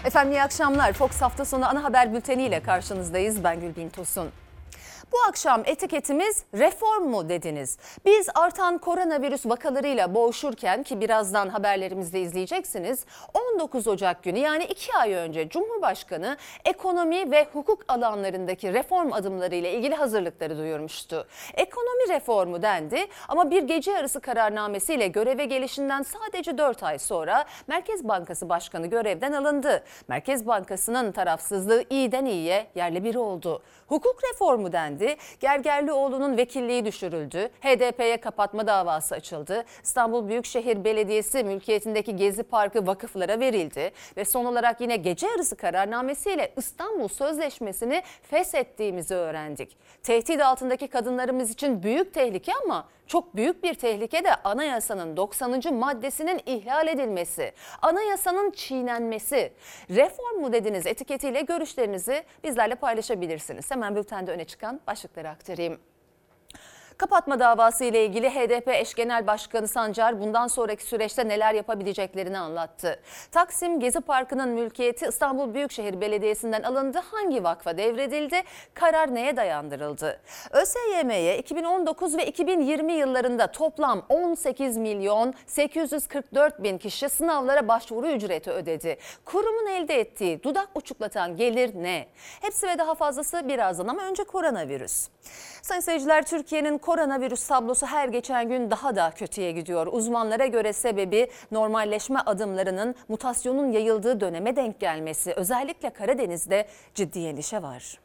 Efendim iyi akşamlar. Fox hafta sonu ana haber bülteniyle karşınızdayız. Ben Gülbin Tosun. Bu akşam etiketimiz reform mu dediniz? Biz artan koronavirüs vakalarıyla boğuşurken ki birazdan haberlerimizde izleyeceksiniz. 19 Ocak günü yani 2 ay önce Cumhurbaşkanı ekonomi ve hukuk alanlarındaki reform adımlarıyla ilgili hazırlıkları duyurmuştu. Ekonomi reformu dendi ama bir gece yarısı kararnamesiyle göreve gelişinden sadece 4 ay sonra Merkez Bankası Başkanı görevden alındı. Merkez Bankası'nın tarafsızlığı iyiden iyiye yerle bir oldu. Hukuk reformu dendi. Gergerlioğlu'nun vekilliği düşürüldü. HDP'ye kapatma davası açıldı. İstanbul Büyükşehir Belediyesi mülkiyetindeki Gezi Parkı vakıflara verildi. Ve son olarak yine gece yarısı kararnamesiyle İstanbul Sözleşmesi'ni feshettiğimizi öğrendik. Tehdit altındaki kadınlarımız için büyük tehlike ama çok büyük bir tehlike de anayasanın 90. maddesinin ihlal edilmesi, anayasanın çiğnenmesi. Reform mu dediniz etiketiyle görüşlerinizi bizlerle paylaşabilirsiniz. Hemen bültende öne çıkan başlıkları aktarayım. Kapatma davası ile ilgili HDP eş genel başkanı Sancar bundan sonraki süreçte neler yapabileceklerini anlattı. Taksim Gezi Parkı'nın mülkiyeti İstanbul Büyükşehir Belediyesi'nden alındı. Hangi vakfa devredildi? Karar neye dayandırıldı? ÖSYM'ye 2019 ve 2020 yıllarında toplam 18 milyon 844 bin kişi sınavlara başvuru ücreti ödedi. Kurumun elde ettiği dudak uçuklatan gelir ne? Hepsi ve daha fazlası birazdan ama önce koronavirüs. Sayın seyirciler, Türkiye'nin koronavirüs tablosu her geçen gün daha da kötüye gidiyor. Uzmanlara göre sebebi normalleşme adımlarının mutasyonun yayıldığı döneme denk gelmesi. Özellikle Karadeniz'de ciddi endişe var.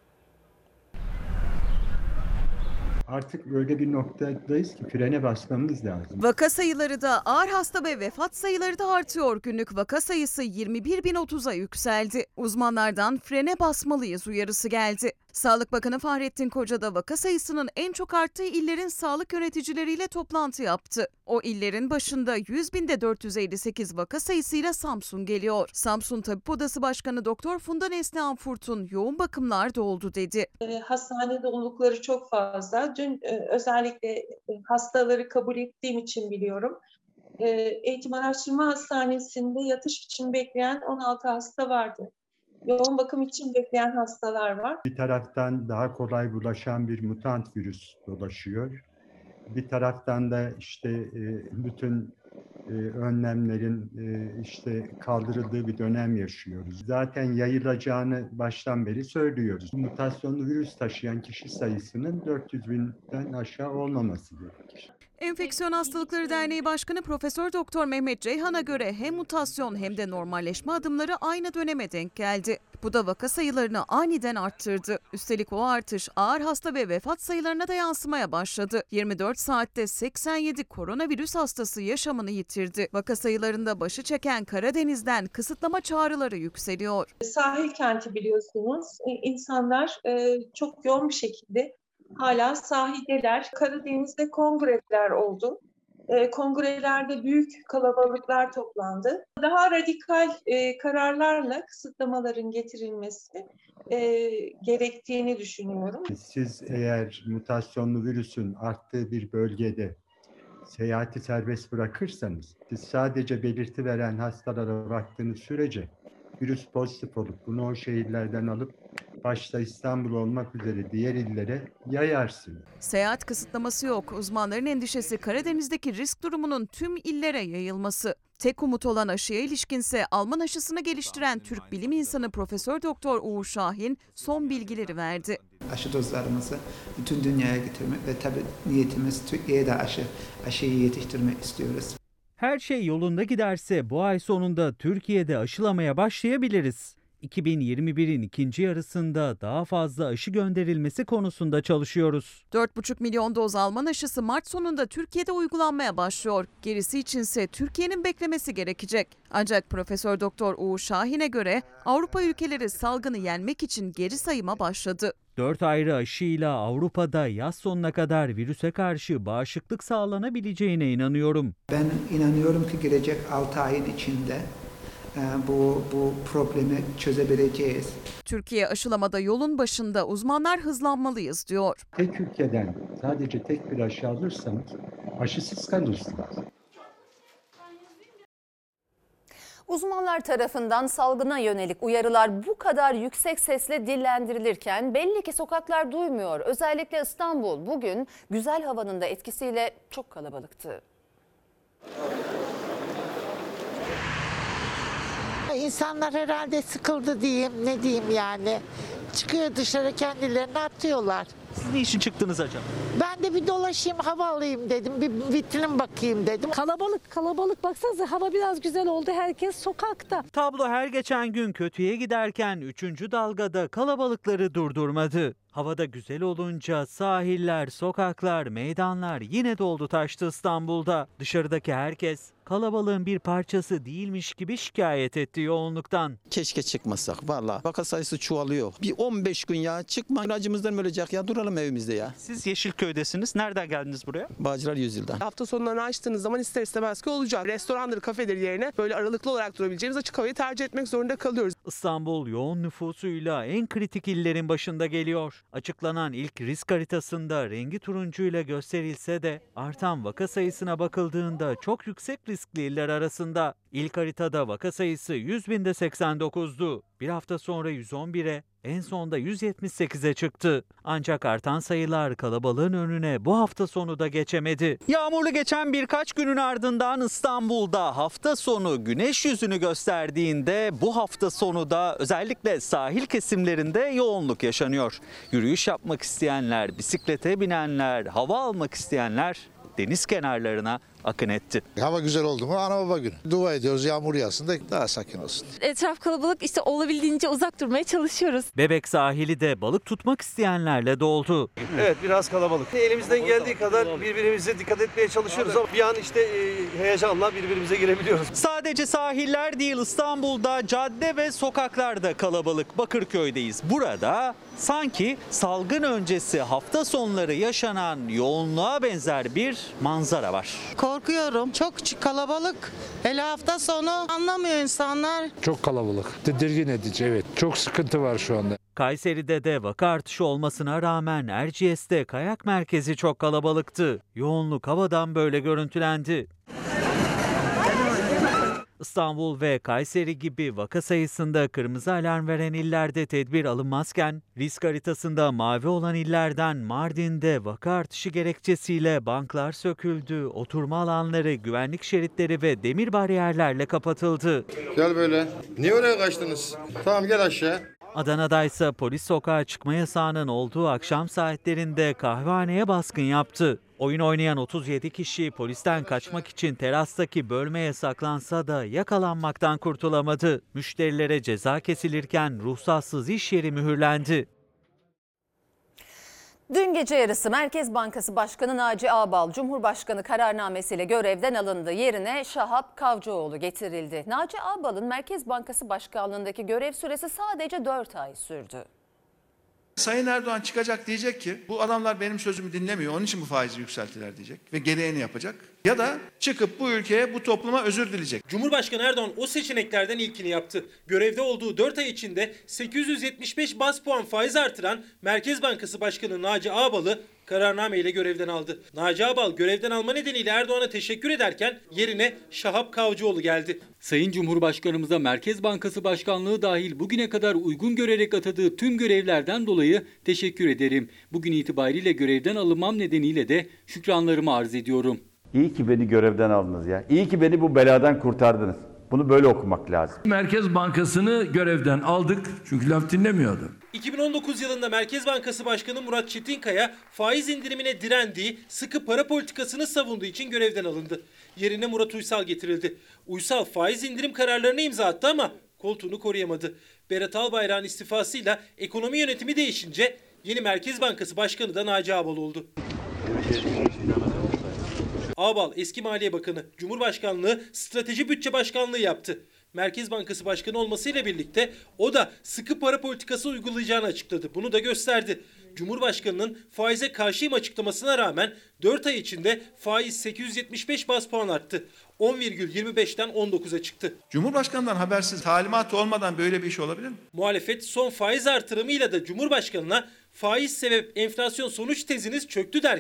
Artık böyle bir noktadayız ki frene basmamız lazım. Vaka sayıları da ağır hasta ve vefat sayıları da artıyor. Günlük vaka sayısı 21.030'a yükseldi. Uzmanlardan frene basmalıyız uyarısı geldi. Sağlık Bakanı Fahrettin Koca da vaka sayısının en çok arttığı illerin sağlık yöneticileriyle toplantı yaptı. O illerin başında 100.458 vaka sayısıyla Samsun geliyor. Samsun Tabip Odası Başkanı Doktor Funda Neslihan Furtun yoğun bakımlar doldu dedi. Hastane dolulukları çok fazla. Dün özellikle hastaları kabul ettiğim için biliyorum. Eğitim Araştırma Hastanesi'nde yatış için bekleyen 16 hasta vardı. Yoğun bakım için bekleyen hastalar var. Bir taraftan daha kolay bulaşan bir mutant virüs dolaşıyor. Bir taraftan da bütün önlemlerin kaldırıldığı bir dönem yaşıyoruz. Zaten yayılacağını baştan beri söylüyoruz. Mutasyonlu virüs taşıyan kişi sayısının 400 binden aşağı olmaması gerekir. Enfeksiyon Hastalıkları Derneği Başkanı Profesör Doktor Mehmet Ceyhan'a göre hem mutasyon hem de normalleşme adımları aynı döneme denk geldi. Bu da vaka sayılarını aniden arttırdı. Üstelik o artış ağır hasta ve vefat sayılarına da yansımaya başladı. 24 saatte 87 koronavirüs hastası yaşamını yitirdi. Vaka sayılarında başı çeken Karadeniz'den kısıtlama çağrıları yükseliyor. Sahil kenti biliyorsunuz. İnsanlar çok yoğun bir şekilde hala sahildeler. Karadeniz'de kongreler oldu. Kongrelerde büyük kalabalıklar toplandı. Daha radikal kararlarla kısıtlamaların getirilmesi gerektiğini düşünüyorum. Siz eğer mutasyonlu virüsün arttığı bir bölgede seyahati serbest bırakırsanız, siz sadece belirti veren hastalara baktığınız sürece virüs pozitif olup bunu o şehirlerden alıp başta İstanbul olmak üzere diğer illere yayarsınız. Seyahat kısıtlaması yok. Uzmanların endişesi Karadeniz'deki risk durumunun tüm illere yayılması. Tek umut olan aşıya ilişkinse Alman aşısını geliştiren Türk bilim insanı Profesör Doktor Uğur Şahin son bilgileri verdi. Aşı dozlarımızı bütün dünyaya getirmek ve tabii niyetimiz Türkiye'ye de aşıyı yetiştirmek istiyoruz. Her şey yolunda giderse bu ay sonunda Türkiye'de aşılamaya başlayabiliriz. 2021'in ikinci yarısında daha fazla aşı gönderilmesi konusunda çalışıyoruz. 4,5 milyon doz Alman aşısı Mart sonunda Türkiye'de uygulanmaya başlıyor. Gerisi içinse Türkiye'nin beklemesi gerekecek. Ancak Profesör Doktor Uğur Şahin'e göre Avrupa ülkeleri salgını yenmek için geri sayıma başladı. 4 ayrı aşıyla Avrupa'da yaz sonuna kadar virüse karşı bağışıklık sağlanabileceğine inanıyorum. Ben inanıyorum ki gelecek 6 ayın içinde bu problemi çözebileceğiz. Türkiye aşılamada yolun başında, uzmanlar hızlanmalıyız diyor. Tek ülkeden sadece tek bir aşı alırsanız aşısız kalırsınız. Uzmanlar tarafından salgına yönelik uyarılar bu kadar yüksek sesle dillendirilirken belli ki sokaklar duymuyor. Özellikle İstanbul bugün güzel havanın da etkisiyle çok kalabalıktı. İnsanlar herhalde sıkıldı diyeyim, ne diyeyim yani. Çıkıyor dışarı, kendilerini atıyorlar. Siz ne için çıktınız acaba? Ben de bir dolaşayım, hava alayım dedim, bir vitrin bakayım dedim. Kalabalık baksanıza, hava biraz güzel oldu, herkes sokakta. Tablo her geçen gün kötüye giderken 3. dalgada kalabalıkları durdurmadı. Havada güzel olunca sahiller, sokaklar, meydanlar yine doldu taştı İstanbul'da. Dışarıdaki herkes kalabalığın bir parçası değilmiş gibi şikayet etti yoğunluktan. Keşke çıkmasak valla. Vaka sayısı çoğalıyor. Bir 15 gün ya çıkma, ilacımızdan ölecek ya, duralım evimizde ya. Siz Yeşilköy'desiniz. Nereden geldiniz buraya? Bağcılar 100 yıldan. Hafta sonlarını açtığınız zaman ister istemez ki olacak. Restorandır, kafeler yerine böyle aralıklı olarak durabileceğimiz açık havayı tercih etmek zorunda kalıyoruz. İstanbul yoğun nüfusuyla en kritik illerin başında geliyor. Açıklanan ilk risk haritasında rengi turuncuyla gösterilse de artan vaka sayısına bakıldığında çok yüksek riskli iller arasında. İlk haritada vaka sayısı 100.000'de 89'du. Bir hafta sonra 111'e, en sonda 178'e çıktı. Ancak artan sayılar kalabalığın önüne bu hafta sonu da geçemedi. Yağmurlu geçen birkaç günün ardından İstanbul'da hafta sonu güneş yüzünü gösterdiğinde bu hafta sonu da özellikle sahil kesimlerinde yoğunluk yaşanıyor. Yürüyüş yapmak isteyenler, bisiklete binenler, hava almak isteyenler deniz kenarlarına akın etti. Hava güzel oldu mu ana baba günü. Dua ediyoruz yağmur yağsın da daha sakin olsun. Etraf kalabalık, işte olabildiğince uzak durmaya çalışıyoruz. Bebek sahili de balık tutmak isteyenlerle doldu. Evet, biraz kalabalık. Elimizden geldiği kadar birbirimize dikkat etmeye çalışıyoruz ama bir an heyecanla birbirimize girebiliyoruz. Sadece sahiller değil, İstanbul'da cadde ve sokaklarda kalabalık. Bakırköy'deyiz. Burada sanki salgın öncesi hafta sonları yaşanan yoğunluğa benzer bir manzara var. Korkuyorum, çok kalabalık. Hele hafta sonu anlamıyor insanlar. Çok kalabalık. Tedirgin edici, evet. Çok sıkıntı var şu anda. Kayseri'de de vaka artışı olmasına rağmen Erciyes'te kayak merkezi çok kalabalıktı. Yoğunluk havadan böyle görüntülendi. İstanbul ve Kayseri gibi vaka sayısında kırmızı alarm veren illerde tedbir alınmazken, risk haritasında mavi olan illerden Mardin'de vaka artışı gerekçesiyle banklar söküldü, oturma alanları, güvenlik şeritleri ve demir bariyerlerle kapatıldı. Gel böyle. Niye oraya kaçtınız? Tamam gel aşağı. Adana'da ise polis sokağa çıkma yasağının olduğu akşam saatlerinde kahvehaneye baskın yaptı. Oyun oynayan 37 kişi polisten kaçmak için terastaki bölmeye saklansa da yakalanmaktan kurtulamadı. Müşterilere ceza kesilirken ruhsatsız iş yeri mühürlendi. Dün gece yarısı Merkez Bankası Başkanı Naci Ağbal, Cumhurbaşkanı kararnamesiyle görevden alındı. Yerine Şahap Kavcıoğlu getirildi. Naci Ağbal'ın Merkez Bankası Başkanlığındaki görev süresi sadece 4 ay sürdü. Sayın Erdoğan çıkacak, diyecek ki bu adamlar benim sözümü dinlemiyor, onun için bu faizi yükselttiler diyecek ve gereğini yapacak. Ya da çıkıp bu ülkeye, bu topluma özür dileyecek. Cumhurbaşkanı Erdoğan o seçeneklerden ilkini yaptı. Görevde olduğu 4 ay içinde 875 baz puan faiz artıran Merkez Bankası Başkanı Naci Ağbal'ı kararnameyle görevden aldı. Naci Ağbal görevden alma nedeniyle Erdoğan'a teşekkür ederken yerine Şahap Kavcıoğlu geldi. Sayın Cumhurbaşkanımıza Merkez Bankası Başkanlığı dahil bugüne kadar uygun görerek atadığı tüm görevlerden dolayı teşekkür ederim. Bugün itibariyle görevden alınmam nedeniyle de şükranlarımı arz ediyorum. İyi ki beni görevden aldınız ya. İyi ki beni bu beladan kurtardınız. Bunu böyle okumak lazım. Merkez Bankası'nı görevden aldık çünkü laf dinlemiyordu. 2019 yılında Merkez Bankası Başkanı Murat Çetinkaya faiz indirimine direndiği, sıkı para politikasını savunduğu için görevden alındı. Yerine Murat Uysal getirildi. Uysal faiz indirim kararlarını imza attı ama koltuğunu koruyamadı. Berat Albayrak'ın istifasıyla ekonomi yönetimi değişince yeni Merkez Bankası Başkanı da Naci Ağbal oldu. Ağbal eski Maliye Bakanı, Cumhurbaşkanlığı Strateji Bütçe Başkanlığı yaptı. Merkez Bankası Başkanı olmasıyla birlikte o da sıkı para politikası uygulayacağını açıkladı. Bunu da gösterdi. Cumhurbaşkanının faize karşıyım açıklamasına rağmen 4 ay içinde faiz 875 baz puan arttı. 10,25'ten 19'a çıktı. Cumhurbaşkanından habersiz, talimat olmadan böyle bir iş olabilir mi? Muhalefet son faiz artırımıyla da Cumhurbaşkanına faiz sebep enflasyon sonuç teziniz çöktü derken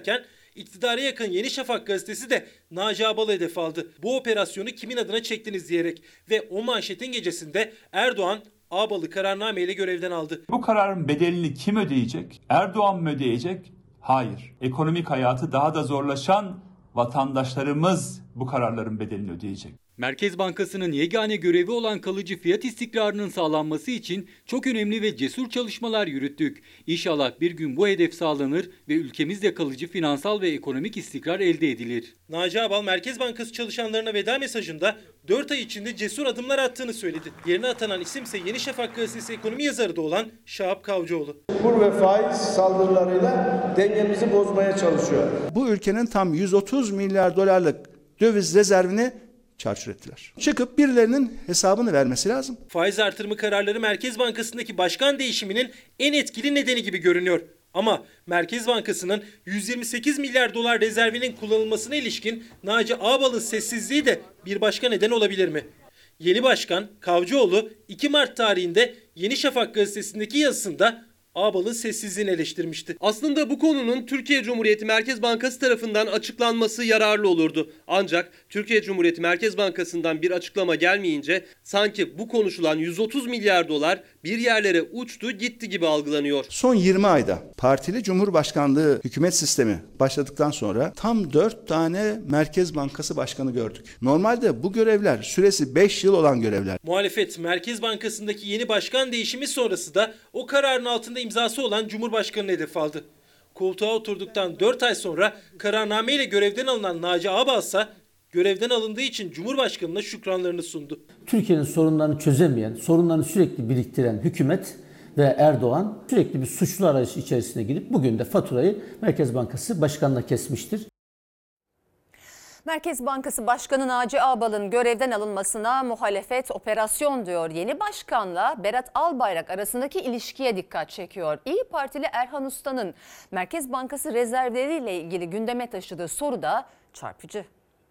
İktidara yakın Yeni Şafak gazetesi de Naci Ağbal'ı hedef aldı. Bu operasyonu kimin adına çektiniz diyerek ve o manşetin gecesinde Erdoğan Ağbal'ı kararnameyle görevden aldı. Bu kararın bedelini kim ödeyecek? Erdoğan mı ödeyecek? Hayır. Ekonomik hayatı daha da zorlaşan vatandaşlarımız bu kararların bedelini ödeyecek. Merkez Bankası'nın yegane görevi olan kalıcı fiyat istikrarının sağlanması için çok önemli ve cesur çalışmalar yürüttük. İnşallah bir gün bu hedef sağlanır ve ülkemizde kalıcı finansal ve ekonomik istikrar elde edilir. Naci Ağbal Merkez Bankası çalışanlarına veda mesajında 4 ay içinde cesur adımlar attığını söyledi. Yerine atanan isimse Yeni Şafak gazetesi ekonomi yazarı da olan Şahap Kavcıoğlu. Kur ve faiz saldırılarıyla dengemizi bozmaya çalışıyor. Bu ülkenin tam 130 milyar dolarlık döviz rezervini çarçur ettiler. Çıkıp birilerinin hesabını vermesi lazım. Faiz artırımı kararları Merkez Bankası'ndaki başkan değişiminin en etkili nedeni gibi görünüyor. Ama Merkez Bankası'nın 128 milyar dolar rezervinin kullanılmasına ilişkin Naci Ağbal'ın sessizliği de bir başka neden olabilir mi? Yeni başkan Kavcıoğlu 2 Mart tarihinde Yeni Şafak gazetesindeki yazısında Ağbal'ın sessizliğini eleştirmişti. Aslında bu konunun Türkiye Cumhuriyeti Merkez Bankası tarafından açıklanması yararlı olurdu. Ancak Türkiye Cumhuriyeti Merkez Bankası'ndan bir açıklama gelmeyince sanki bu konuşulan 130 milyar dolar bir yerlere uçtu gitti gibi algılanıyor. Son 20 ayda partili Cumhurbaşkanlığı hükümet sistemi başladıktan sonra tam 4 tane Merkez Bankası başkanı gördük. Normalde bu görevler süresi 5 yıl olan görevler. Muhalefet Merkez Bankası'ndaki yeni başkan değişimi sonrası da o kararın altında imzası olan Cumhurbaşkanı'nı hedef aldı. Koltuğa oturduktan 4 ay sonra kararnameyle görevden alınan Naci Ağbal ise görevden alındığı için Cumhurbaşkanı'na şükranlarını sundu. Türkiye'nin sorunlarını çözemeyen, sorunlarını sürekli biriktiren hükümet ve Erdoğan sürekli bir suçlu arayış içerisine girip bugün de faturayı Merkez Bankası Başkanı'na kesmiştir. Merkez Bankası Başkanı Naci Ağbal'ın görevden alınmasına muhalefet operasyon diyor. Yeni başkanla Berat Albayrak arasındaki ilişkiye dikkat çekiyor. İYİ Partili Erhan Usta'nın Merkez Bankası rezervleriyle ilgili gündeme taşıdığı soru da çarpıcı.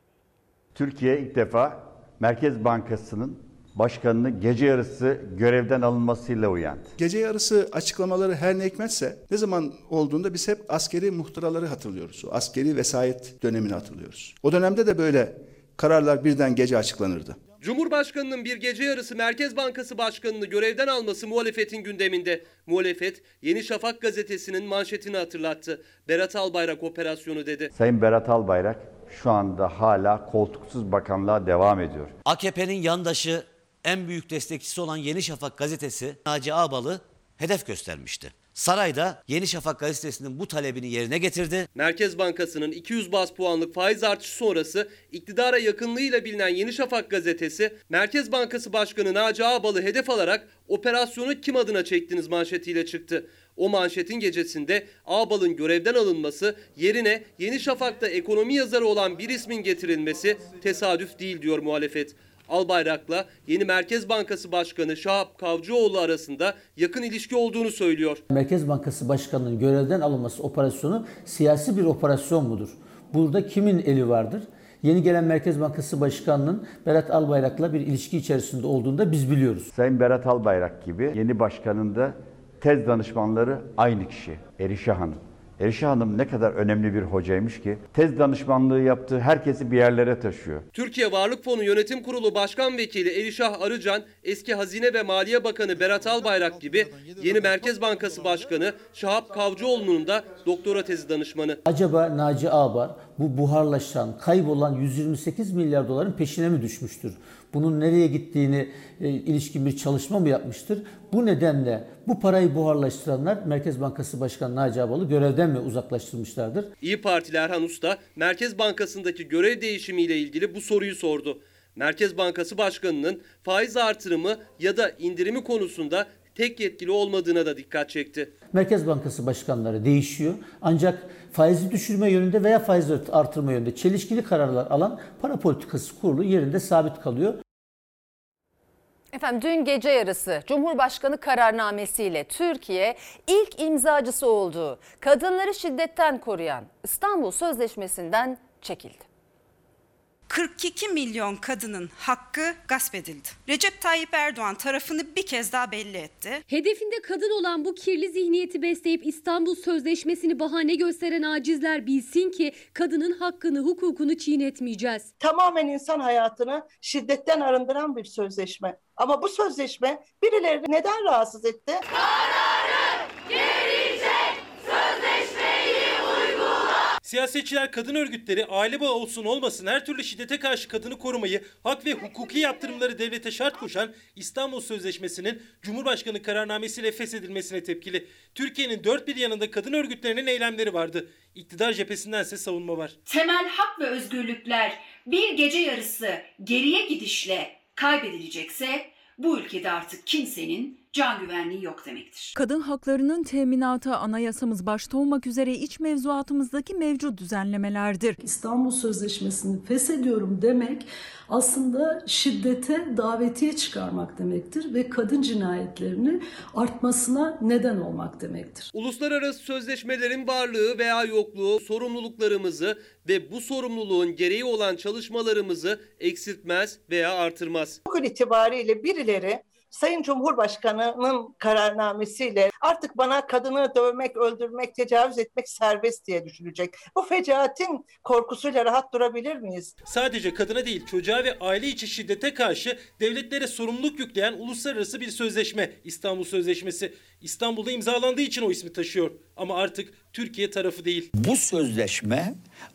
Türkiye ilk defa Merkez Bankası'nın başkanının gece yarısı görevden alınmasıyla uyandı. Gece yarısı açıklamaları her ne hikmetse ne zaman olduğunda biz hep askeri muhtıraları hatırlıyoruz. O askeri vesayet dönemini hatırlıyoruz. O dönemde de böyle kararlar birden gece açıklanırdı. Cumhurbaşkanının bir gece yarısı Merkez Bankası Başkanı'nı görevden alması muhalefetin gündeminde. Muhalefet Yeni Şafak gazetesinin manşetini hatırlattı. Berat Albayrak operasyonu dedi. Sayın Berat Albayrak şu anda hala koltuksuz bakanlığa devam ediyor. AKP'nin yandaşı, en büyük destekçisi olan Yeni Şafak gazetesi Naci Ağbal'ı hedef göstermişti. Sarayda Yeni Şafak gazetesinin bu talebini yerine getirdi. Merkez Bankası'nın 200 baz puanlık faiz artışı sonrası iktidara yakınlığıyla bilinen Yeni Şafak gazetesi Merkez Bankası Başkanı Naci Ağbal'ı hedef alarak operasyonu kim adına çektiniz manşetiyle çıktı. O manşetin gecesinde Ağbal'ın görevden alınması yerine Yeni Şafak'ta ekonomi yazarı olan bir ismin getirilmesi tesadüf değil diyor muhalefet. Albayrak'la yeni Merkez Bankası Başkanı Şahap Kavcıoğlu arasında yakın ilişki olduğunu söylüyor. Merkez Bankası Başkanı'nın görevden alınması operasyonu siyasi bir operasyon mudur? Burada kimin eli vardır? Yeni gelen Merkez Bankası Başkanı'nın Berat Albayrak'la bir ilişki içerisinde olduğunu da biz biliyoruz. Sayın Berat Albayrak gibi yeni başkanın da tez danışmanları aynı kişi, Erişah Hanım. Erişah Hanım ne kadar önemli bir hocaymış ki tez danışmanlığı yaptığı herkesi bir yerlere taşıyor. Türkiye Varlık Fonu Yönetim Kurulu Başkan Vekili Erişah Arıcan, eski Hazine ve Maliye Bakanı Berat Albayrak gibi yeni Merkez Bankası Başkanı Şahap Kavcıoğlu'nun da doktora tezi danışmanı. Acaba Naci Ağbal bu buharlaşan, kaybolan 128 milyar doların peşine mi düşmüştür? Bunun nereye gittiğini ilişkin bir çalışma mı yapmıştır? Bu nedenle bu parayı buharlaştıranlar Merkez Bankası Başkanı Naci Ağbal'ı görevden mi uzaklaştırmışlardır? İYİ Partili Erhan Usta, Merkez Bankası'ndaki görev değişimiyle ilgili bu soruyu sordu. Merkez Bankası Başkanı'nın faiz artırımı ya da indirimi konusunda tek yetkili olmadığına da dikkat çekti. Merkez Bankası başkanları değişiyor ancak faizi düşürme yönünde veya faiz artırma yönünde çelişkili kararlar alan Para Politikası Kurulu yerinde sabit kalıyor. Efendim dün gece yarısı Cumhurbaşkanı kararnamesiyle Türkiye ilk imzacısı olduğu kadınları şiddetten koruyan İstanbul Sözleşmesi'nden çekildi. 42 milyon kadının hakkı gasp edildi. Recep Tayyip Erdoğan tarafını bir kez daha belli etti. Hedefinde kadın olan bu kirli zihniyeti besleyip İstanbul Sözleşmesi'ni bahane gösteren acizler bilsin ki kadının hakkını, hukukunu çiğnetmeyeceğiz. Tamamen insan hayatını şiddetten arındıran bir sözleşme. Ama bu sözleşme birilerini neden rahatsız etti? Kararı gelecek, sözleşmeyi uygula. Siyasetçiler, kadın örgütleri aile bağı olsun olmasın her türlü şiddete karşı kadını korumayı, hak ve hukuki yaptırımları devlete şart koşan İstanbul Sözleşmesi'nin Cumhurbaşkanı kararnamesiyle feshedilmesine tepkili. Türkiye'nin dört bir yanında kadın örgütlerinin eylemleri vardı. İktidar cephesindense savunma var. Temel hak ve özgürlükler bir gece yarısı geriye gidişle kaybedilecekse bu ülkede artık kimsenin can güvenliği yok demektir. Kadın haklarının teminatı anayasamız başta olmak üzere iç mevzuatımızdaki mevcut düzenlemelerdir. İstanbul Sözleşmesi'ni feshediyorum demek aslında şiddete davetiye çıkarmak demektir ve kadın cinayetlerinin artmasına neden olmak demektir. Uluslararası sözleşmelerin varlığı veya yokluğu sorumluluklarımızı ve bu sorumluluğun gereği olan çalışmalarımızı eksiltmez veya artırmaz. Bugün itibariyle birileri Sayın Cumhurbaşkanı'nın kararnamesiyle artık bana kadını dövmek, öldürmek, tecavüz etmek serbest diye düşünecek. Bu fecaatin korkusuyla rahat durabilir miyiz? Sadece kadına değil, çocuğa ve aile içi şiddete karşı devletlere sorumluluk yükleyen uluslararası bir sözleşme İstanbul Sözleşmesi. İstanbul'da imzalandığı için o ismi taşıyor. Ama artık Türkiye tarafı değil. Bu sözleşme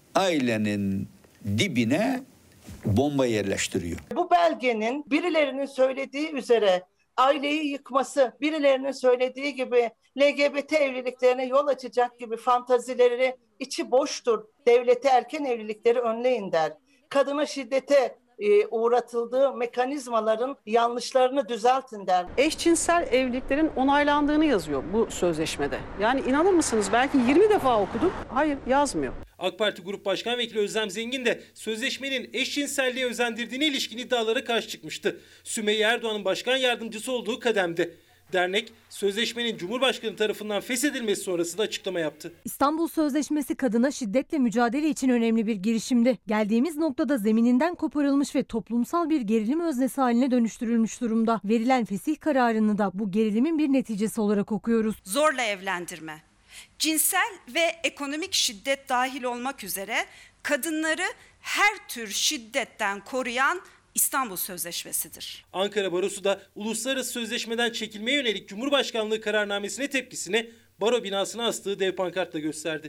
ailenin dibine bomba yerleştiriyor. Bu belgenin birilerinin söylediği üzere aileyi yıkması, birilerinin söylediği gibi LGBT evliliklerine yol açacak gibi fantazileri içi boştur. Devlete erken evlilikleri önleyin der. Kadına şiddete uğratıldığı mekanizmaların yanlışlarını düzeltin der. Eşcinsel evliliklerin onaylandığını yazıyor bu sözleşmede. Yani inanır mısınız belki 20 defa okudum. Hayır, yazmıyor. AK Parti Grup Başkan Vekili Özlem Zengin de sözleşmenin eşcinselliğe özendirdiğine ilişkin iddialara karşı çıkmıştı. Sümeyye Erdoğan'ın başkan yardımcısı olduğu kademde. Dernek, sözleşmenin Cumhurbaşkanı tarafından feshedilmesi sonrası da açıklama yaptı. İstanbul Sözleşmesi kadına şiddetle mücadele için önemli bir girişimdi. Geldiğimiz noktada zemininden koparılmış ve toplumsal bir gerilim öznesi haline dönüştürülmüş durumda. Verilen fesih kararını da bu gerilimin bir neticesi olarak okuyoruz. Zorla evlendirme, cinsel ve ekonomik şiddet dahil olmak üzere kadınları her tür şiddetten koruyan İstanbul Sözleşmesi'dir. Ankara Barosu da uluslararası sözleşmeden çekilmeye yönelik Cumhurbaşkanlığı kararnamesine tepkisini baro binasına astığı dev pankartla gösterdi.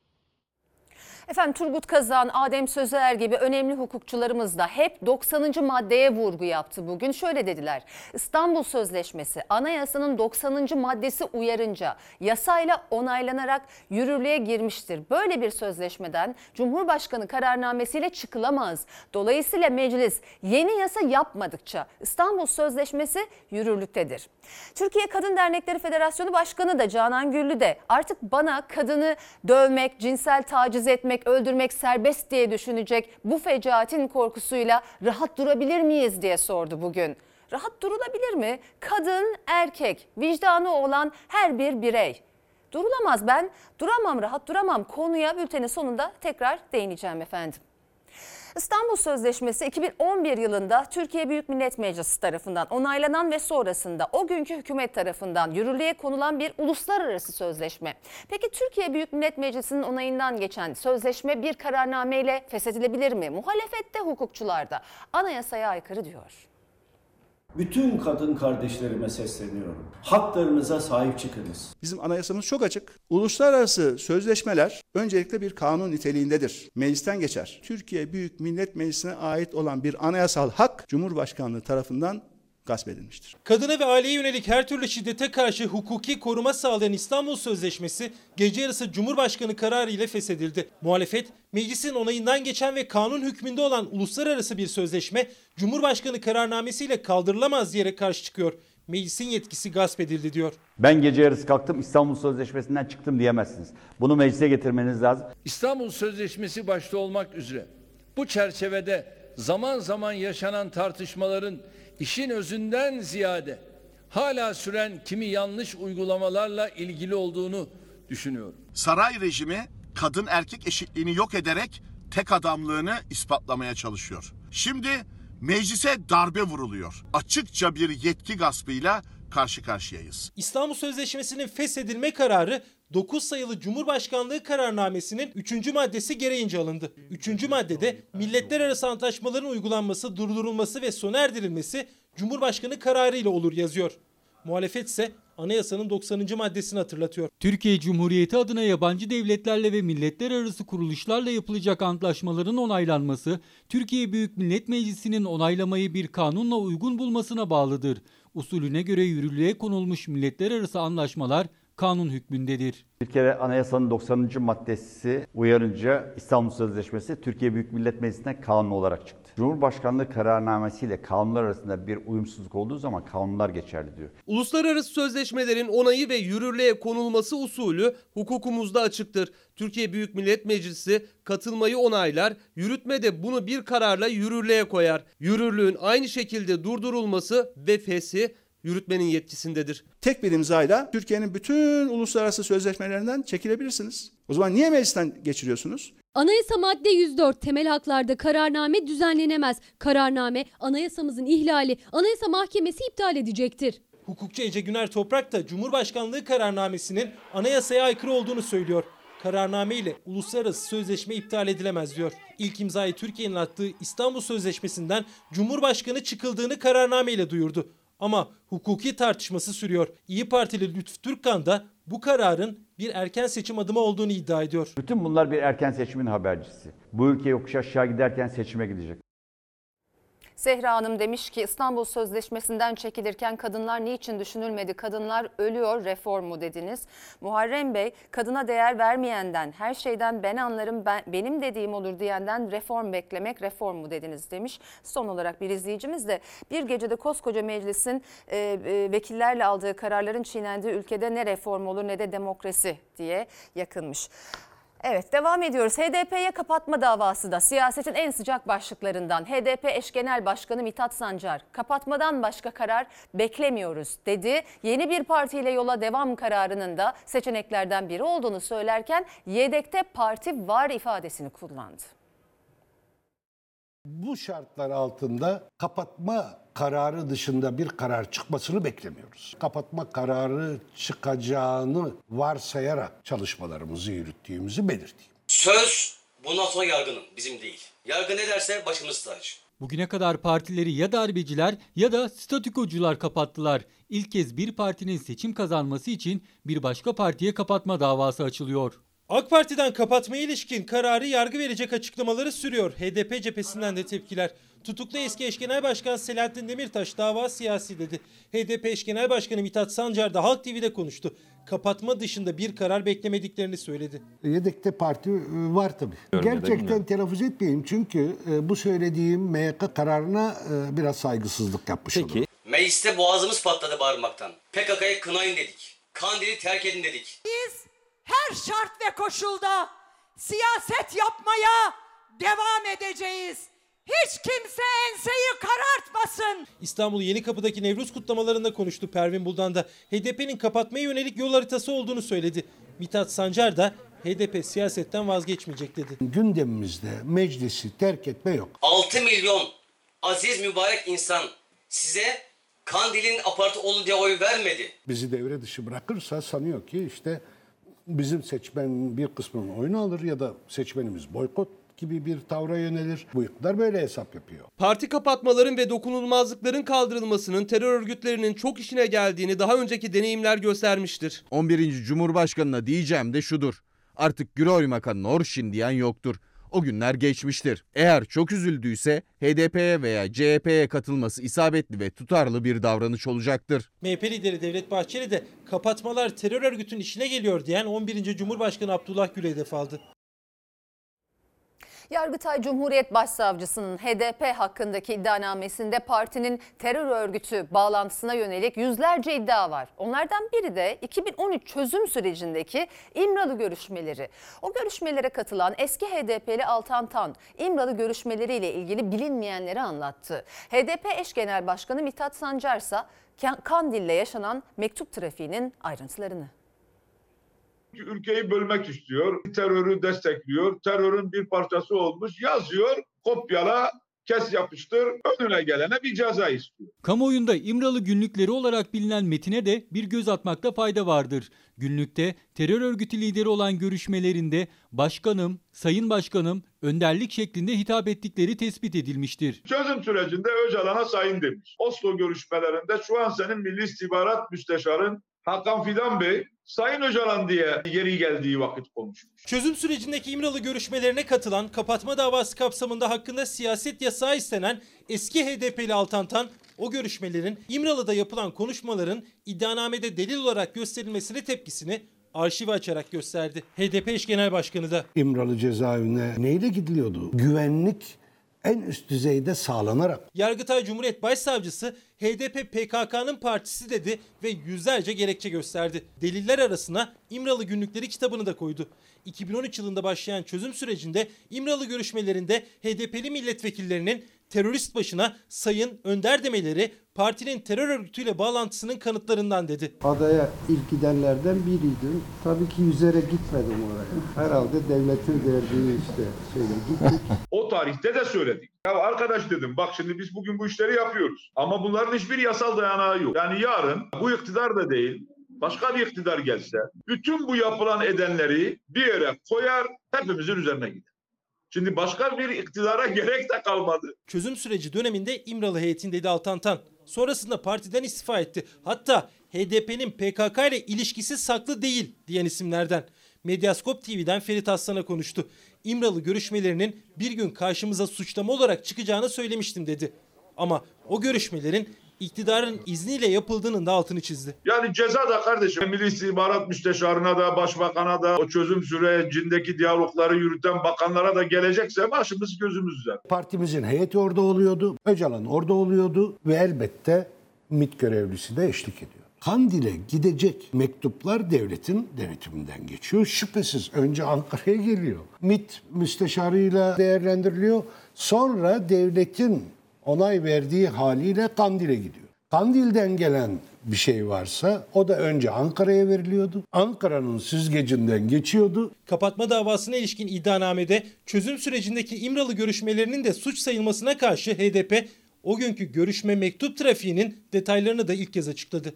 Efendim Turgut Kazan, Adem Sözer gibi önemli hukukçularımız da hep 90. maddeye vurgu yaptı bugün. Şöyle dediler: İstanbul Sözleşmesi anayasanın 90. maddesi uyarınca yasayla onaylanarak yürürlüğe girmiştir. Böyle bir sözleşmeden Cumhurbaşkanı kararnamesiyle çıkılamaz. Dolayısıyla meclis yeni yasa yapmadıkça İstanbul Sözleşmesi yürürlüktedir. Türkiye Kadın Dernekleri Federasyonu Başkanı da Canan Güllü de artık bana kadını dövmek, cinsel taciz etmek, öldürmek serbest diye düşünecek bu fecaatin korkusuyla rahat durabilir miyiz diye sordu bugün. Rahat durulabilir mi? Kadın, erkek, vicdanı olan her bir birey. Durulamaz, ben duramam, rahat duramam. Konuya bültenin sonunda tekrar değineceğim efendim. İstanbul Sözleşmesi 2011 yılında Türkiye Büyük Millet Meclisi tarafından onaylanan ve sonrasında o günkü hükümet tarafından yürürlüğe konulan bir uluslararası sözleşme. Peki Türkiye Büyük Millet Meclisi'nin onayından geçen sözleşme bir kararnameyle feshedilebilir mi? Muhalefette, hukukçular da anayasaya aykırı diyor. Bütün kadın kardeşlerime sesleniyorum. Haklarınıza sahip çıkınız. Bizim anayasamız çok açık. Uluslararası sözleşmeler öncelikle bir kanun niteliğindedir. Meclisten geçer. Türkiye Büyük Millet Meclisi'ne ait olan bir anayasal hak Cumhurbaşkanlığı tarafından gasp edilmiştir. Kadına ve aileye yönelik her türlü şiddete karşı hukuki koruma sağlayan İstanbul Sözleşmesi gece yarısı Cumhurbaşkanı kararı ile feshedildi. Muhalefet, meclisin onayından geçen ve kanun hükmünde olan uluslararası bir sözleşme Cumhurbaşkanı kararnamesiyle kaldırılamaz diyerek karşı çıkıyor. Meclisin yetkisi gasp edildi diyor. Ben gece yarısı kalktım İstanbul Sözleşmesi'nden çıktım diyemezsiniz. Bunu meclise getirmeniz lazım. İstanbul Sözleşmesi başta olmak üzere bu çerçevede zaman zaman yaşanan tartışmaların işin özünden ziyade hala süren kimi yanlış uygulamalarla ilgili olduğunu düşünüyorum. Saray rejimi kadın erkek eşitliğini yok ederek tek adamlığını ispatlamaya çalışıyor. Şimdi meclise darbe vuruluyor. Açıkça bir yetki gaspıyla karşı karşıyayız. İstanbul Sözleşmesi'nin feshedilme kararı 9 sayılı Cumhurbaşkanlığı kararnamesinin 3. maddesi gereğince alındı. 3. maddede milletler arası antlaşmaların uygulanması, durdurulması ve sona erdirilmesi Cumhurbaşkanı kararıyla olur yazıyor. Muhalefet ise anayasanın 90. maddesini hatırlatıyor. Türkiye Cumhuriyeti adına yabancı devletlerle ve milletler arası kuruluşlarla yapılacak antlaşmaların onaylanması, Türkiye Büyük Millet Meclisi'nin onaylamayı bir kanunla uygun bulmasına bağlıdır. Usulüne göre yürürlüğe konulmuş milletler arası anlaşmalar kanun hükmündedir. Bir kere anayasanın 90. maddesi uyarınca İstanbul Sözleşmesi Türkiye Büyük Millet Meclisi'ne kanun olarak çıktı. Cumhurbaşkanlığı kararnamesiyle kanunlar arasında bir uyumsuzluk olduğu zaman kanunlar geçerli diyor. Uluslararası sözleşmelerin onayı ve yürürlüğe konulması usulü hukukumuzda açıktır. Türkiye Büyük Millet Meclisi katılmayı onaylar, yürütme de bunu bir kararla yürürlüğe koyar. Yürürlüğün aynı şekilde durdurulması ve feshi yürütmenin yetkisindedir. Tek bir imzayla Türkiye'nin bütün uluslararası sözleşmelerinden çekilebilirsiniz. O zaman niye meclisten geçiriyorsunuz? Anayasa madde 104 temel haklarda kararname düzenlenemez. Kararname anayasamızın ihlali, Anayasa Mahkemesi iptal edecektir. Hukukçu Ece Güner Toprak da Cumhurbaşkanlığı kararnamesinin anayasaya aykırı olduğunu söylüyor. Kararname ile uluslararası sözleşme iptal edilemez diyor. İlk imzayı Türkiye'nin attığı İstanbul Sözleşmesi'nden Cumhurbaşkanı çıkıldığını kararname ile duyurdu. Ama hukuki tartışması sürüyor. İYİ Partili Lütfü Türkkan da bu kararın bir erken seçim adımı olduğunu iddia ediyor. Bütün bunlar bir erken seçimin habercisi. Bu ülke yokuş aşağı giderken seçime gidecek. Zehra Hanım demiş ki İstanbul Sözleşmesi'nden çekilirken kadınlar niçin düşünülmedi? Kadınlar ölüyor, reform mu dediniz? Muharrem Bey, kadına değer vermeyenden, her şeyden ben anlarım, benim dediğim olur diyenden reform beklemek reform mu dediniz demiş. Son olarak bir izleyicimiz de bir gecede koskoca meclisin vekillerle aldığı kararların çiğnendiği ülkede ne reform olur ne de demokrasi diye yakınmış. Evet, devam ediyoruz. HDP'ye kapatma davası da siyasetin en sıcak başlıklarından. HDP eş genel başkanı Mithat Sancar, kapatmadan başka karar beklemiyoruz dedi. Yeni bir partiyle yola devam kararının da seçeneklerden biri olduğunu söylerken yedekte parti var ifadesini kullandı. Bu şartlar altında kapatma kararı dışında bir karar çıkmasını beklemiyoruz. Kapatma kararı çıkacağını varsayarak çalışmalarımızı yürüttüğümüzü belirteyim. Söz bundan sonra yargının, bizim değil. Yargı ne derse başımız tacı. Bugüne kadar partileri ya darbeciler ya da statükocular kapattılar. İlk kez bir partinin seçim kazanması için bir başka partiye kapatma davası açılıyor. AK Parti'den kapatmaya ilişkin kararı yargı verecek açıklamaları sürüyor. HDP cephesinden de tepkiler. Tutuklu eski eş genel başkan Selahattin Demirtaş dava siyasi dedi. HDP eş genel başkanı Mithat Sancar da Halk TV'de konuştu. Kapatma dışında bir karar beklemediklerini söyledi. Yedekte parti var tabii. Gerçekten telaffuz etmeyeyim çünkü bu söylediğim MYK kararına biraz saygısızlık yapmış olurum. Mecliste boğazımız patladı bağırmaktan. PKK'ya kınayın dedik. Kandil'i terk edin dedik. Biz her şart ve koşulda siyaset yapmaya devam edeceğiz. Hiç kimse enseyi karartmasın. İstanbul Yenikapı'daki Nevruz kutlamalarında konuştu Pervin Buldan da HDP'nin kapatmaya yönelik yol haritası olduğunu söyledi. Mithat Sancar da HDP siyasetten vazgeçmeyecek dedi. Gündemimizde meclisi terk etme yok. 6 milyon aziz mübarek insan size Kandil'in apartı olun diye oy vermedi. Bizi devre dışı bırakırsa sanıyor ki işte bizim seçmen bir kısmının oyunu alır ya da seçmenimiz boykot gibi bir tavra yönelir. Bu iktidar böyle hesap yapıyor. Parti kapatmaların ve dokunulmazlıkların kaldırılmasının terör örgütlerinin çok işine geldiğini daha önceki deneyimler göstermiştir. 11. Cumhurbaşkanına diyeceğim de şudur. Artık Güroymak'a Norşin diyen yoktur. O günler geçmiştir. Eğer çok üzüldüyse HDP'ye veya CHP'ye katılması isabetli ve tutarlı bir davranış olacaktır. MHP lideri Devlet Bahçeli de kapatmalar terör örgütünün işine geliyor diyen 11. Cumhurbaşkanı Abdullah Gül'ü hedef aldı. Yargıtay Cumhuriyet Başsavcısının HDP hakkındaki iddianamesinde partinin terör örgütü bağlantısına yönelik yüzlerce iddia var. Onlardan biri de 2013 çözüm sürecindeki İmralı görüşmeleri. O görüşmelere katılan eski HDP'li Altan Tan, İmralı görüşmeleriyle ilgili bilinmeyenleri anlattı. HDP eş genel başkanı Mithat Sancar ise Kandil'le yaşanan mektup trafiğinin ayrıntılarını. Ülkeyi bölmek istiyor, terörü destekliyor, terörün bir parçası olmuş, yazıyor, kopyala, kes yapıştır, önüne gelene bir ceza istiyor. Kamuoyunda İmralı günlükleri olarak bilinen metine de bir göz atmakta fayda vardır. Günlükte terör örgütü lideri olan görüşmelerinde başkanım, sayın başkanım, önderlik şeklinde hitap ettikleri tespit edilmiştir. Çözüm sürecinde Öcalan'a sayın demiş. Oslo görüşmelerinde şu an senin Milli İstihbarat Müsteşarın Hakan Fidan Bey, Sayın Öcalan diye yeri geldiği vakit konuşmuş. Çözüm sürecindeki İmralı görüşmelerine katılan, kapatma davası kapsamında hakkında siyaset yasağı istenen eski HDP'li Altantan, o görüşmelerin İmralı'da yapılan konuşmaların iddianamede delil olarak gösterilmesine tepkisini arşivi açarak gösterdi. HDP eş genel başkanı da. İmralı cezaevine neyle gidiliyordu? Güvenlik en üst düzeyde sağlanarak. Yargıtay Cumhuriyet Başsavcısı HDP PKK'nın partisi dedi ve yüzlerce gerekçe gösterdi. Deliller arasına İmralı günlükleri kitabını da koydu. 2013 yılında başlayan çözüm sürecinde İmralı görüşmelerinde HDP'li milletvekillerinin terörist başına sayın önder demeleri partinin terör örgütüyle bağlantısının kanıtlarından dedi. Adaya ilk gidenlerden biriydim. Tabii ki yüzerek gitmedim oraya. Herhalde devletin verdiği gittik. O tarihte de söyledik. Ya arkadaş dedim, bak şimdi biz bugün bu işleri yapıyoruz. Ama bunların hiçbir yasal dayanağı yok. Yani yarın bu iktidar da değil, başka bir iktidar gelse bütün bu yapılan edenleri bir yere koyar, hepimizin üzerine gider. Şimdi başka bir iktidara gerek de kalmadı. Çözüm süreci döneminde İmralı heyetindeydi Altantan. Sonrasında partiden istifa etti. Hatta HDP'nin PKK ile ilişkisi saklı değil diyen isimlerden. Medyaskop TV'den Ferit Aslan'a konuştu. İmralı görüşmelerinin bir gün karşımıza suçlama olarak çıkacağını söylemiştim dedi. Ama o görüşmelerin iktidarın izniyle yapıldığının da altını çizdi. Yani ceza da kardeşim Milli İstihbarat Müsteşarına da başbakana da o çözüm sürecindeki diyalogları yürüten bakanlara da gelecekse başımız gözümüzde. Partimizin heyeti orada oluyordu, Öcalan orada oluyordu ve elbette MİT görevlisi de eşlik ediyor. Kandil'e gidecek mektuplar devletin denetiminden geçiyor. Şüphesiz önce Ankara'ya geliyor. MİT müsteşarıyla değerlendiriliyor. Sonra devletin onay verdiği haliyle Kandil'e gidiyor. Kandil'den gelen bir şey varsa o da önce Ankara'ya veriliyordu. Ankara'nın süzgecinden geçiyordu. Kapatma davasına ilişkin iddianamede çözüm sürecindeki İmralı görüşmelerinin de suç sayılmasına karşı HDP o günkü görüşme mektup trafiğinin detaylarını da ilk kez açıkladı.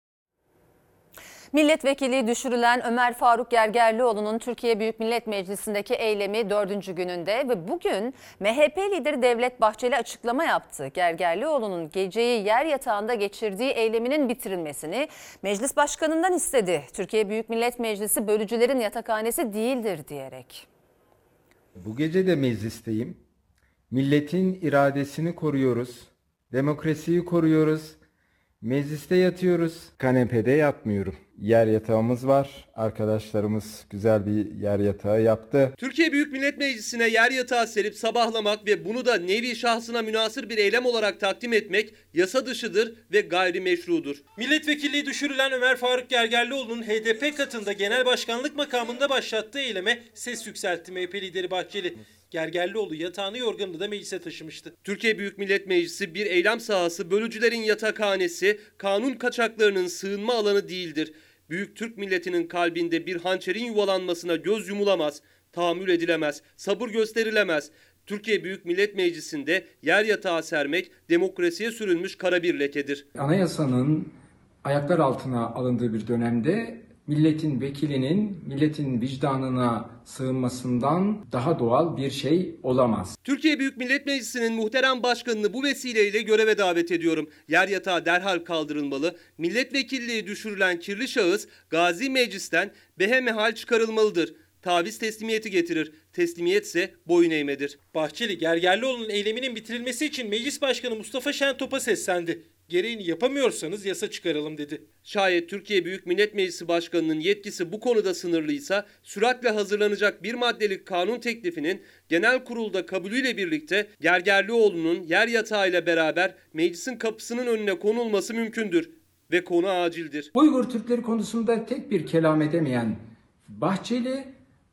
Milletvekili düşürülen Ömer Faruk Gergerlioğlu'nun Türkiye Büyük Millet Meclisi'ndeki eylemi 4. gününde ve bugün MHP lideri Devlet Bahçeli açıklama yaptı. Gergerlioğlu'nun geceyi yer yatağında geçirdiği eyleminin bitirilmesini meclis başkanından istedi. Türkiye Büyük Millet Meclisi bölücülerin yatakhanesi değildir diyerek. Bu gece de meclisteyim. Milletin iradesini koruyoruz. Demokrasiyi koruyoruz. Mecliste yatıyoruz. Kanepede yatmıyorum. Yer yatağımız var. Arkadaşlarımız güzel bir yer yatağı yaptı. Türkiye Büyük Millet Meclisi'ne yer yatağı serip sabahlamak ve bunu da nevi şahsına münasır bir eylem olarak takdim etmek yasa dışıdır ve gayrimeşrudur. Milletvekilliği düşürülen Ömer Faruk Gergerlioğlu'nun HDP katında genel başkanlık makamında başlattığı eyleme ses yükseltti MHP lideri Bahçeli. Gergerlioğlu yatağını yorganını da meclise taşımıştı. Türkiye Büyük Millet Meclisi bir eylem sahası, bölücülerin yatakhanesi, kanun kaçaklarının sığınma alanı değildir. Büyük Türk milletinin kalbinde bir hançerin yuvalanmasına göz yumulamaz, tahammül edilemez, sabır gösterilemez. Türkiye Büyük Millet Meclisi'nde yer yatağı sermek demokrasiye sürülmüş kara bir lekedir. Anayasanın ayaklar altına alındığı bir dönemde milletin vekilinin milletin vicdanına sığınmasından daha doğal bir şey olamaz. Türkiye Büyük Millet Meclisi'nin muhterem başkanını bu vesileyle göreve davet ediyorum. Yer yatağı derhal kaldırılmalı. Milletvekilliği düşürülen kirli şahıs Gazi Meclis'ten behemehal çıkarılmalıdır. Taviz teslimiyeti getirir. Teslimiyetse boyun eğmedir. Bahçeli, Gergerlioğlu'nun eyleminin bitirilmesi için Meclis Başkanı Mustafa Şentop'a seslendi. Gereğini yapamıyorsanız yasa çıkaralım dedi. Şayet Türkiye Büyük Millet Meclisi Başkanı'nın yetkisi bu konuda sınırlıysa süratle hazırlanacak bir maddelik kanun teklifinin genel kurulda kabulüyle birlikte Gergerlioğlu'nun yer yatağıyla beraber meclisin kapısının önüne konulması mümkündür ve konu acildir. Uygur Türkleri konusunda tek bir kelam edemeyen Bahçeli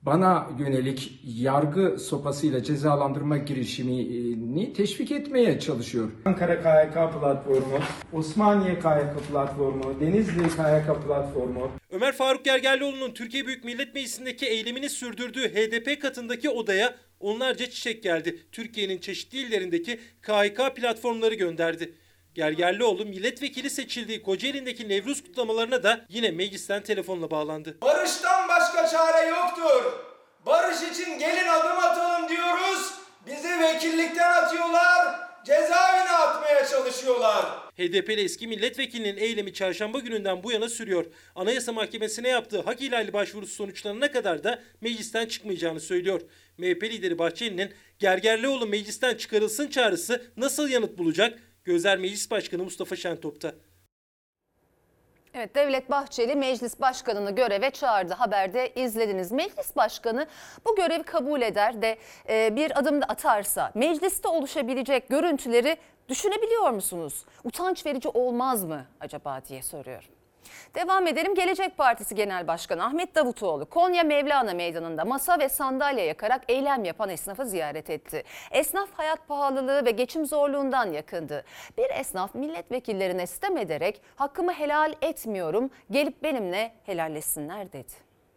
bana yönelik yargı sopasıyla cezalandırma girişimini teşvik etmeye çalışıyor. Ankara KYK platformu, Osmaniye KYK platformu, Denizli KYK platformu. Ömer Faruk Gergerlioğlu'nun Türkiye Büyük Millet Meclisi'ndeki eylemini sürdürdüğü HDP katındaki odaya onlarca çiçek geldi. Türkiye'nin çeşitli illerindeki KYK platformları gönderdi. Gergerlioğlu milletvekili seçildiği Kocaeli'ndeki Nevruz kutlamalarına da yine meclisten telefonla bağlandı. Barıştan başka çare yoktur. Barış için gelin adım atalım diyoruz. Bizi vekillikten atıyorlar, cezaevine atmaya çalışıyorlar. HDP'li eski milletvekilinin eylemi çarşamba gününden bu yana sürüyor. Anayasa Mahkemesi'ne yaptığı hak ihlali başvurusu sonuçlanana kadar da meclisten çıkmayacağını söylüyor. MHP lideri Bahçeli'nin Gergerlioğlu meclisten çıkarılsın çağrısı nasıl yanıt bulacak? Gözler Meclis Başkanı Mustafa Şentop'ta. Evet, Devlet Bahçeli Meclis Başkanı'nı göreve çağırdı. Haberde izlediniz. Meclis Başkanı bu görevi kabul eder de bir adım da atarsa mecliste oluşabilecek görüntüleri düşünebiliyor musunuz? Utanç verici olmaz mı acaba diye soruyorum. Devam edelim. Gelecek Partisi Genel Başkanı Ahmet Davutoğlu Konya Mevlana Meydanı'nda masa ve sandalye yakarak eylem yapan esnafı ziyaret etti. Esnaf hayat pahalılığı ve geçim zorluğundan yakındı. Bir esnaf milletvekillerine sitem ederek hakkımı helal etmiyorum, gelip benimle helalleşsinler dedi.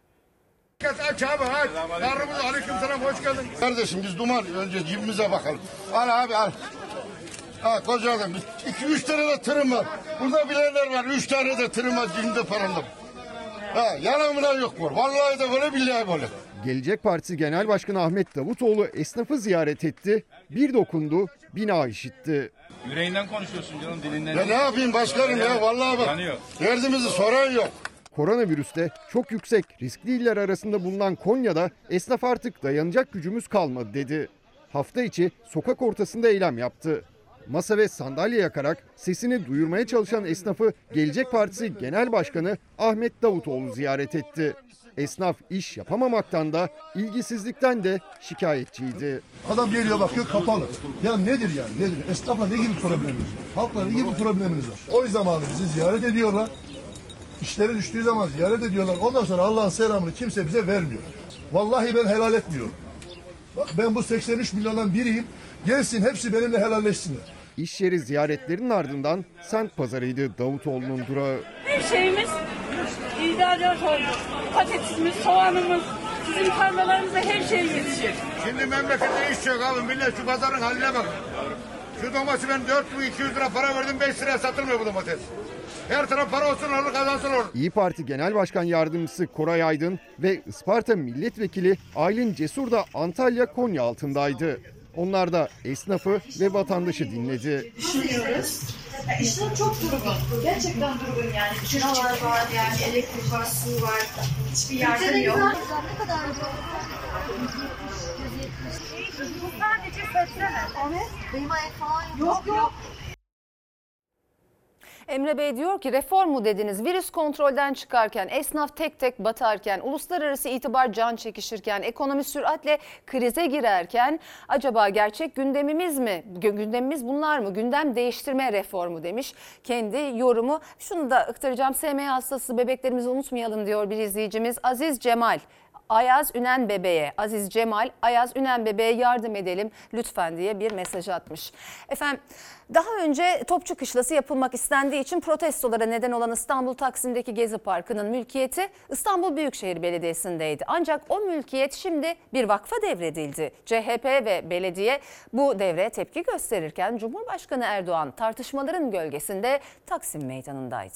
Aç abi aç. Aleykümselam, hoş geldin. Kardeşim biz duman önce cebimize bakalım. Al abi al. Ha koca adam. 2-3 tane de tırım var. Burada bilenler var. 3 tane de tırım var cebimde paramda. Ha yalanımdan yok bu. Vallahi de böyle billahi böyle. Gelecek Partisi Genel Başkanı Ahmet Davutoğlu esnafı ziyaret etti. Bir dokundu, bina işitti. Yüreğinden konuşuyorsun canım, dilinden. Ya ne yapayım başkanım ya vallahi bak. Yanıyor. Derdimizi soran yok. Koronavirüste çok yüksek riskli iller arasında bulunan Konya'da esnaf artık dayanacak gücümüz kalmadı dedi. Hafta içi sokak ortasında eylem yaptı. Masa ve sandalye yakarak sesini duyurmaya çalışan esnafı Gelecek Partisi Genel Başkanı Ahmet Davutoğlu ziyaret etti. Esnaf iş yapamamaktan da ilgisizlikten de şikayetçiydi. Adam geliyor bakıyor kapalı. Ya nedir yani nedir? Esnafla ne gibi problemimiz var? Halkla ne gibi problemimiz var? O zamanı bizi ziyaret ediyorlar. İşleri düştüğü zaman ziyaret ediyorlar. Ondan sonra Allah'ın selamını kimse bize vermiyor. Vallahi ben helal etmiyorum. Bak ben bu 83 milyondan biriyim. Gelsin hepsi benimle helalleşsinler. İş yeri ziyaretlerinin ardından Sent Pazarı'ydı Davutoğlu'nun durağı. Her şeyimiz iddiacat oldu. Patatesimiz, soğanımız, bizim tarlalarımızda her şey yetişir. Şimdi memlekette iş yok abi. Millet şu pazarın haline bak. Şu domatesi ben 4200 lira para verdim, 5 liraya satılmıyor bu domates. Her taraf para olsun olur, kazansın olur. İYİ Parti Genel Başkan Yardımcısı Koray Aydın ve Isparta Milletvekili Aylin Cesur da Antalya Konyaaltı'ndaydı. Onlar da esnafı ve vatandaşı dinledi. Düşünüyoruz. İşler çok durgun. Gerçekten durgun yani. Kiralar var yani, elektrik var, su var. Hiçbir yardım yok. Ne kadar bu sadece söksene. Evet. Benim ayak falan yok. Yok. Emre Bey diyor ki reform mu dediniz? Virüs kontrolden çıkarken, esnaf tek tek batarken, uluslararası itibar can çekişirken, ekonomi süratle krize girerken acaba gerçek gündemimiz bunlar mı? Gündem değiştirme reformu demiş kendi yorumu. Şunu da aktaracağım. SMA hastası bebeklerimizi unutmayalım diyor bir izleyicimiz. Aziz Cemal. Ayaz Ünen bebeğe, Aziz Cemal, Ayaz Ünen bebeğe yardım edelim lütfen diye bir mesaj atmış. Efendim daha önce Topçu Kışlası yapılmak istendiği için protestolara neden olan İstanbul Taksim'deki Gezi Parkı'nın mülkiyeti İstanbul Büyükşehir Belediyesi'ndeydi. Ancak o mülkiyet şimdi bir vakfa devredildi. CHP ve belediye bu devreye tepki gösterirken Cumhurbaşkanı Erdoğan tartışmaların gölgesinde Taksim Meydanı'ndaydı.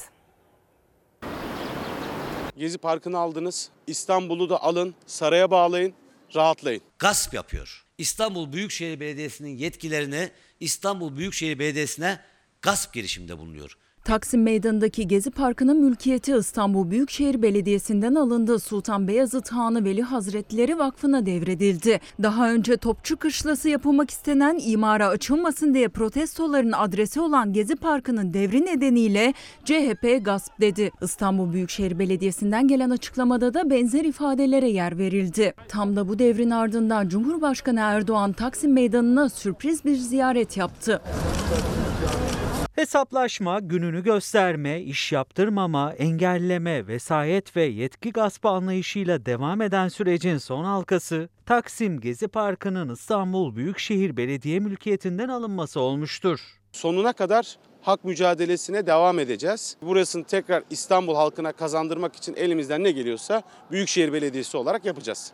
Gezi Parkı'nı aldınız, İstanbul'u da alın, saraya bağlayın, rahatlayın. Gasp yapıyor. İstanbul Büyükşehir Belediyesi'nin yetkilerini İstanbul Büyükşehir Belediyesi'ne gasp girişiminde bulunuyor. Taksim Meydanı'ndaki Gezi Parkı'nın mülkiyeti İstanbul Büyükşehir Belediyesi'nden alındı. Sultan Beyazıt Hanı Veli Hazretleri Vakfı'na devredildi. Daha önce Topçu Kışlası yapılmak istenen imara açılmasın diye protestoların adresi olan Gezi Parkı'nın devri nedeniyle CHP gasp dedi. İstanbul Büyükşehir Belediyesi'nden gelen açıklamada da benzer ifadelere yer verildi. Tam da bu devrin ardından Cumhurbaşkanı Erdoğan Taksim Meydanı'na sürpriz bir ziyaret yaptı. Hesaplaşma, gününü gösterme, iş yaptırmama, engelleme, vesayet ve yetki gaspı anlayışıyla devam eden sürecin son halkası, Taksim Gezi Parkı'nın İstanbul Büyükşehir Belediye mülkiyetinden alınması olmuştur. Sonuna kadar hak mücadelesine devam edeceğiz. Burasını tekrar İstanbul halkına kazandırmak için elimizden ne geliyorsa Büyükşehir Belediyesi olarak yapacağız.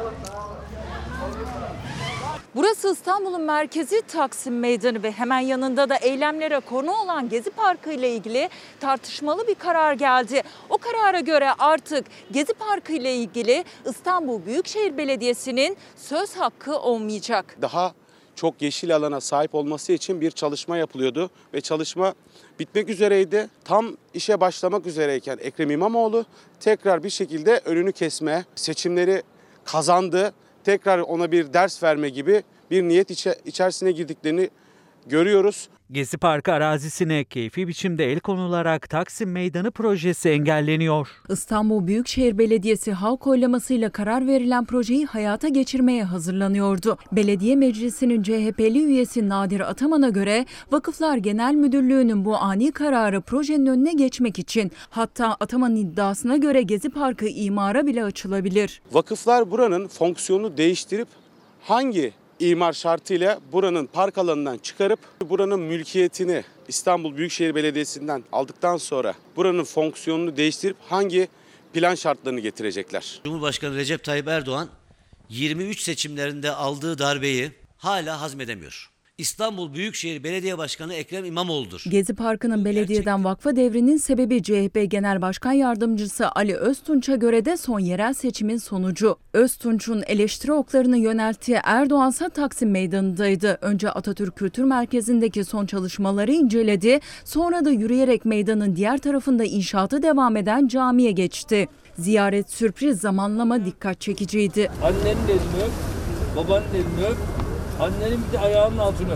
Burası İstanbul'un merkezi Taksim Meydanı ve hemen yanında da eylemlere konu olan Gezi Parkı ile ilgili tartışmalı bir karar geldi. O karara göre artık Gezi Parkı ile ilgili İstanbul Büyükşehir Belediyesi'nin söz hakkı olmayacak. Daha çok yeşil alana sahip olması için bir çalışma yapılıyordu ve çalışma bitmek üzereydi. Tam işe başlamak üzereyken Ekrem İmamoğlu tekrar bir şekilde önünü kesme, seçimleri kazandı, tekrar ona bir ders verme gibi bir niyet içerisine girdiklerini görüyoruz. Gezi Parkı arazisine keyfi biçimde el konularak Taksim Meydanı projesi engelleniyor. İstanbul Büyükşehir Belediyesi halk oylamasıyla karar verilen projeyi hayata geçirmeye hazırlanıyordu. Belediye Meclisi'nin CHP'li üyesi Nadir Ataman'a göre Vakıflar Genel Müdürlüğü'nün bu ani kararı projenin önüne geçmek için, hatta Ataman'ın iddiasına göre Gezi Parkı imara bile açılabilir. Vakıflar buranın fonksiyonunu değiştirip hangi imar şartıyla buranın park alanından çıkarıp buranın mülkiyetini İstanbul Büyükşehir Belediyesi'nden aldıktan sonra buranın fonksiyonunu değiştirip hangi plan şartlarını getirecekler? Cumhurbaşkanı Recep Tayyip Erdoğan 23 seçimlerinde aldığı darbeyi hala hazmedemiyor. İstanbul Büyükşehir Belediye Başkanı Ekrem İmamoğlu'dur. Gezi Parkı'nın belediyeden vakfa devrinin sebebi CHP Genel Başkan Yardımcısı Ali Öztunç'a göre de son yerel seçimin sonucu. Öztunç'un eleştiri oklarını yönelttiği Erdoğan'sa Taksim Meydanı'ndaydı. Önce Atatürk Kültür Merkezi'ndeki son çalışmaları inceledi. Sonra da yürüyerek meydanın diğer tarafında inşaatı devam eden camiye geçti. Ziyaret sürpriz, zamanlama dikkat çekiciydi. Annenin elini öp, babanın elini öp. Annenin bir de ayağının altını öp.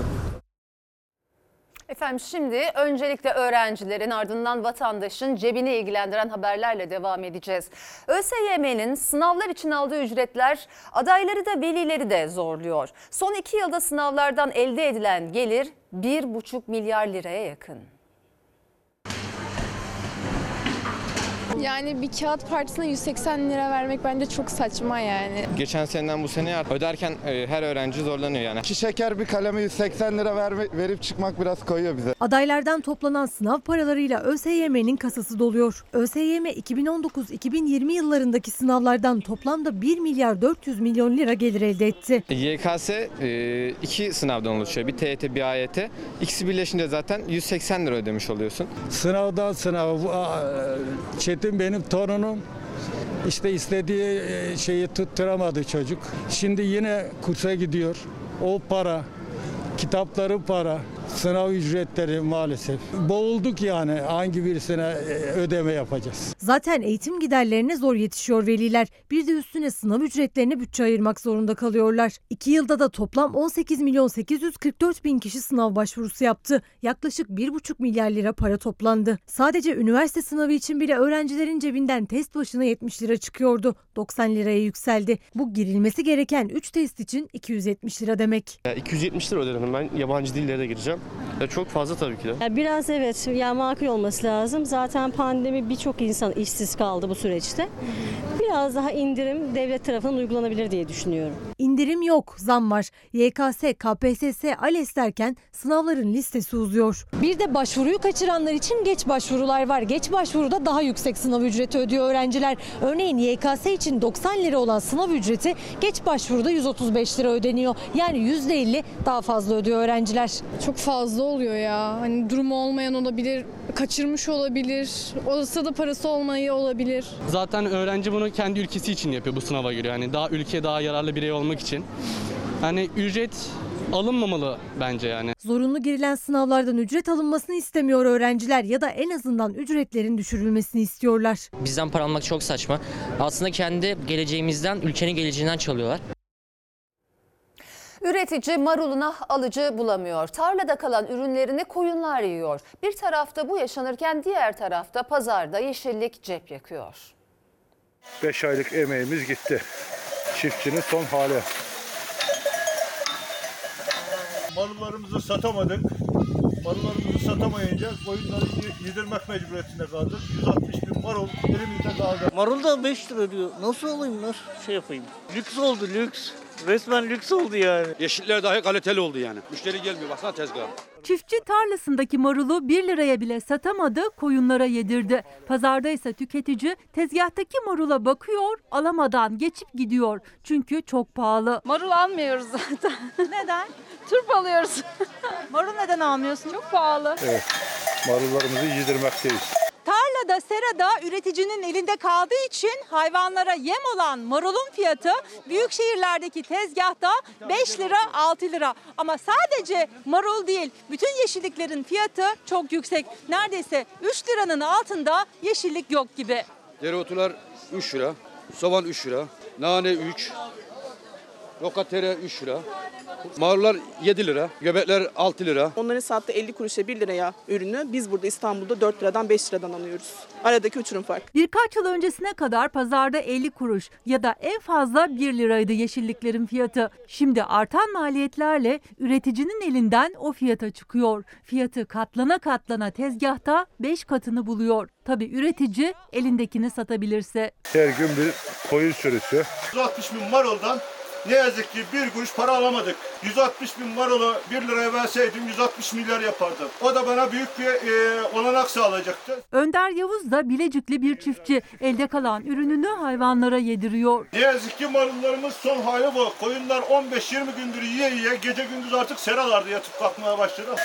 Efendim şimdi öncelikle öğrencilerin, ardından vatandaşın cebini ilgilendiren haberlerle devam edeceğiz. ÖSYM'nin sınavlar için aldığı ücretler adayları da velileri de zorluyor. Son 2 yılda sınavlardan elde edilen gelir 1,5 milyar liraya yakın. Yani bir kağıt parçasına 180 lira vermek bence çok saçma yani. Geçen seneden bu seneye öderken her öğrenci zorlanıyor yani. 2 şeker bir kaleme 180 lira verip çıkmak biraz koyuyor bize. Adaylardan toplanan sınav paralarıyla ÖSYM'nin kasası doluyor. ÖSYM 2019-2020 yıllarındaki sınavlardan toplamda 1 milyar 400 milyon lira gelir elde etti. YKS 2 sınavdan oluşuyor. Bir TYT, bir AYT. İkisi birleşince zaten 180 lira ödemiş oluyorsun. Sınavdan sınava Çetin benim torunum, işte istediği şeyi tutturamadı çocuk. Şimdi yine kursa gidiyor. O para, kitapları para, sınav ücretleri maalesef. Boğulduk yani, hangi birisine ödeme yapacağız? Zaten eğitim giderlerine zor yetişiyor veliler. Bir de üstüne sınav ücretlerine bütçe ayırmak zorunda kalıyorlar. 2 yılda da toplam 18 milyon 844 bin kişi sınav başvurusu yaptı. Yaklaşık 1,5 milyar lira para toplandı. Sadece üniversite sınavı için bile öğrencilerin cebinden test başına 70 lira çıkıyordu. 90 liraya yükseldi. Bu girilmesi gereken 3 test için 270 lira demek. 270 lira öderim ben. Yabancı dillere de gireceğim. Çok fazla tabii ki de. Biraz evet, yani makul olması lazım. Zaten pandemi birçok insan işsiz kaldı bu süreçte. Biraz daha indirim devlet tarafından uygulanabilir diye düşünüyorum. İndirim yok, zam var. YKS, KPSS, ALES derken sınavların listesi uzuyor. Bir de başvuruyu kaçıranlar için geç başvurular var. Geç başvuruda daha yüksek sınav ücreti ödüyor öğrenciler. Örneğin YKS için 90 lira olan sınav ücreti geç başvuruda 135 lira ödeniyor. Yani %50 daha fazla ödüyor öğrenciler. Çok fazla oluyor ya. Hani durumu olmayan olabilir, kaçırmış olabilir, olsa da parası olmayı olabilir. Zaten öğrenci bunu kendi ülkesi için yapıyor bu sınava göre. Yani daha ülkeye daha yararlı birey olmak için. Yani ücret alınmamalı bence yani. Zorunlu girilen sınavlardan ücret alınmasını istemiyor öğrenciler ya da en azından ücretlerin düşürülmesini istiyorlar. Bizden para almak çok saçma. Aslında kendi geleceğimizden, ülkenin geleceğinden çalıyorlar. Üretici maruluna alıcı bulamıyor. Tarlada kalan ürünlerini koyunlar yiyor. Bir tarafta bu yaşanırken diğer tarafta pazarda yeşillik cep yakıyor. 5 aylık emeğimiz gitti. Çiftçinin son hali. Marullarımızı satamadık. Marullarımızı satamayınca koyunları yedirmek mecburiyetinde kaldık. 160 bin marul elimizde kaldı. Marul da 5 lira diyor. Nasıl alayım, nasıl şey yapayım? Lüks oldu, lüks. Resmen lüks oldu yani. Yeşiller dahi kaliteli oldu yani. Müşteri gelmiyor, baksana tezgaha. Çiftçi tarlasındaki marulu 1 liraya bile satamadı, koyunlara yedirdi. Pazarda ise tüketici tezgahtaki marula bakıyor, alamadan geçip gidiyor. Çünkü çok pahalı. Marul almıyoruz zaten. Neden? Turp alıyoruz. Marul neden almıyorsun? Çok pahalı. Evet, marullarımızı yedirmekteyiz. Tarlada, serada üreticinin elinde kaldığı için hayvanlara yem olan marulun fiyatı büyük şehirlerdeki tezgahta 5 lira 6 lira. Ama sadece marul değil, bütün yeşilliklerin fiyatı çok yüksek. Neredeyse 3 liranın altında yeşillik yok gibi. Dereotular 3 lira, soğan 3 lira, nane 3, rokatere 3 lira. Marullar 7 lira, göbekler 6 lira. Onların sattığı 50 kuruşa 1 liraya ürünü biz burada İstanbul'da 4 liradan 5 liradan alıyoruz. Aradaki uçurum fark. Birkaç yıl öncesine kadar pazarda 50 kuruş ya da en fazla 1 liraydı yeşilliklerin fiyatı. Şimdi artan maliyetlerle üreticinin elinden o fiyata çıkıyor. Fiyatı katlana katlana tezgahta 5 katını buluyor. Tabii üretici elindekini satabilirse. Her gün bir koyun sürüsü. 160 bin maruldan ne yazık ki 1 kuruş para alamadık. 160 bin marulu 1 liraya verseydim 160 milyar yapardım. O da bana büyük bir olanak sağlayacaktı. Önder Yavuz da Bilecikli bir çiftçi. Elde kalan ürününü hayvanlara yediriyor. Ne yazık ki marullarımız son hali bu. Koyunlar 15-20 gündür yiye gece gündüz artık seralarda yatıp kalkmaya başladı.